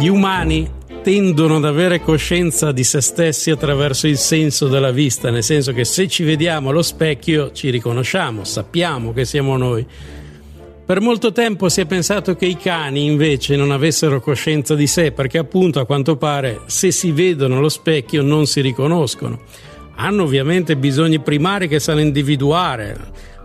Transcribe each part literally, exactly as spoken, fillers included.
Gli umani tendono ad avere coscienza di se stessi attraverso il senso della vista, nel senso che se ci vediamo allo specchio ci riconosciamo, sappiamo che siamo noi. Per molto tempo si è pensato che i cani invece non avessero coscienza di sé, perché appunto a quanto pare se si vedono allo specchio non si riconoscono. Hanno ovviamente bisogni primari che sanno individuare,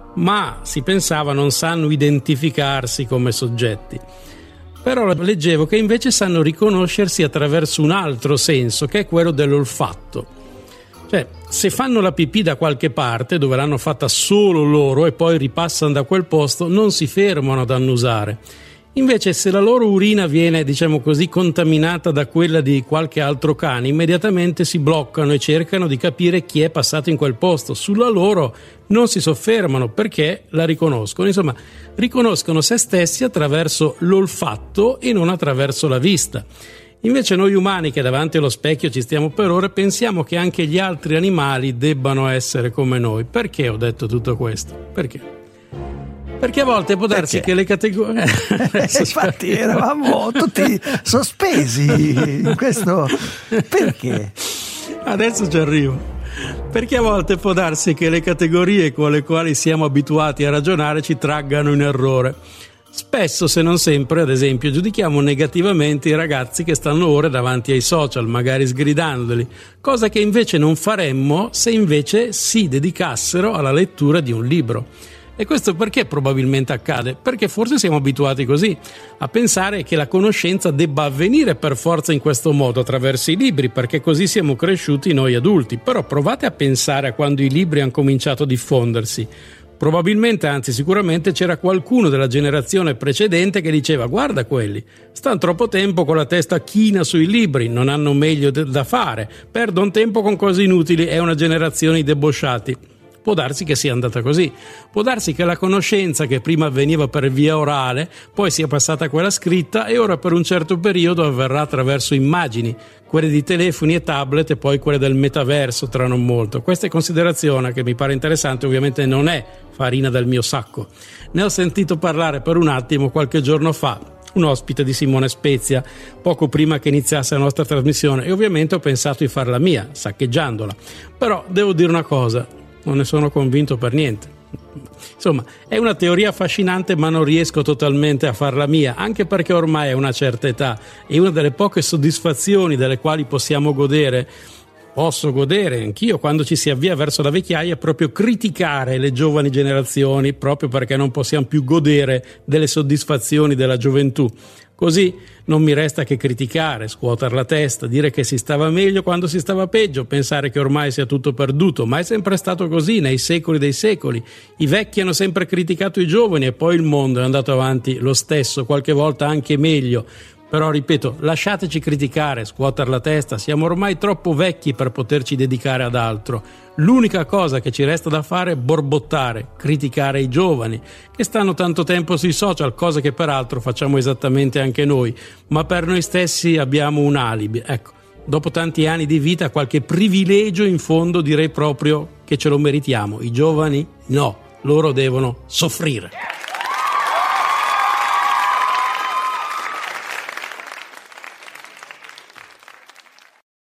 ma si pensava non sanno identificarsi come soggetti. Però leggevo che invece sanno riconoscersi attraverso un altro senso, che è quello dell'olfatto. Cioè, se fanno la pipì da qualche parte dove l'hanno fatta solo loro e poi ripassano da quel posto, non si fermano ad annusare. Invece se la loro urina viene, diciamo così, contaminata da quella di qualche altro cane, immediatamente si bloccano e cercano di capire chi è passato in quel posto. Sulla loro non si soffermano perché la riconoscono. Insomma, riconoscono se stessi attraverso l'olfatto e non attraverso la vista. Invece noi umani, che davanti allo specchio ci stiamo per ore, pensiamo che anche gli altri animali debbano essere come noi. Perché ho detto tutto questo? Perché? Perché a volte può darsi Perché? che le categorie... Infatti eravamo tutti sospesi in questo... Perché? Adesso ci arrivo. Perché a volte può darsi che le categorie con le quali siamo abituati a ragionare ci traggano in errore. Spesso, se non sempre, ad esempio, giudichiamo negativamente i ragazzi che stanno ore davanti ai social, magari sgridandoli, cosa che invece non faremmo se invece si dedicassero alla lettura di un libro. E questo perché probabilmente accade? Perché forse siamo abituati così, a pensare che la conoscenza debba avvenire per forza in questo modo, attraverso i libri, perché così siamo cresciuti noi adulti. Però provate a pensare a quando i libri hanno cominciato a diffondersi. Probabilmente, anzi sicuramente, c'era qualcuno della generazione precedente che diceva: guarda quelli, stanno troppo tempo con la testa china sui libri, non hanno meglio da fare, perdono tempo con cose inutili, è una generazione di debosciati. Può darsi che sia andata così, può darsi che la conoscenza che prima avveniva per via orale poi sia passata a quella scritta e ora per un certo periodo avverrà attraverso immagini, quelle di telefoni e tablet e poi quelle del metaverso tra non molto. Questa considerazione, che mi pare interessante, ovviamente non è farina del mio sacco. Ne ho sentito parlare per un attimo qualche giorno fa un ospite di Simone Spezia, poco prima che iniziasse la nostra trasmissione, e ovviamente ho pensato di farla mia, saccheggiandola. Però devo dire una cosa, non ne sono convinto per niente. Insomma, è una teoria affascinante, ma non riesco totalmente a farla mia, anche perché ormai a una certa età e una delle poche soddisfazioni delle quali possiamo godere, posso godere anch'io quando ci si avvia verso la vecchiaia, è proprio criticare le giovani generazioni, proprio perché non possiamo più godere delle soddisfazioni della gioventù. Così non mi resta che criticare, scuoter la testa, dire che si stava meglio quando si stava peggio, pensare che ormai sia tutto perduto, ma è sempre stato così nei secoli dei secoli. I vecchi hanno sempre criticato i giovani e poi il mondo è andato avanti lo stesso, qualche volta anche meglio. Però ripeto, lasciateci criticare, scuoter la testa, siamo ormai troppo vecchi per poterci dedicare ad altro. L'unica cosa che ci resta da fare è borbottare, criticare i giovani che stanno tanto tempo sui social, cosa che peraltro facciamo esattamente anche noi, ma per noi stessi abbiamo un alibi. Ecco, dopo tanti anni di vita qualche privilegio in fondo direi proprio che ce lo meritiamo. I giovani no, loro devono soffrire.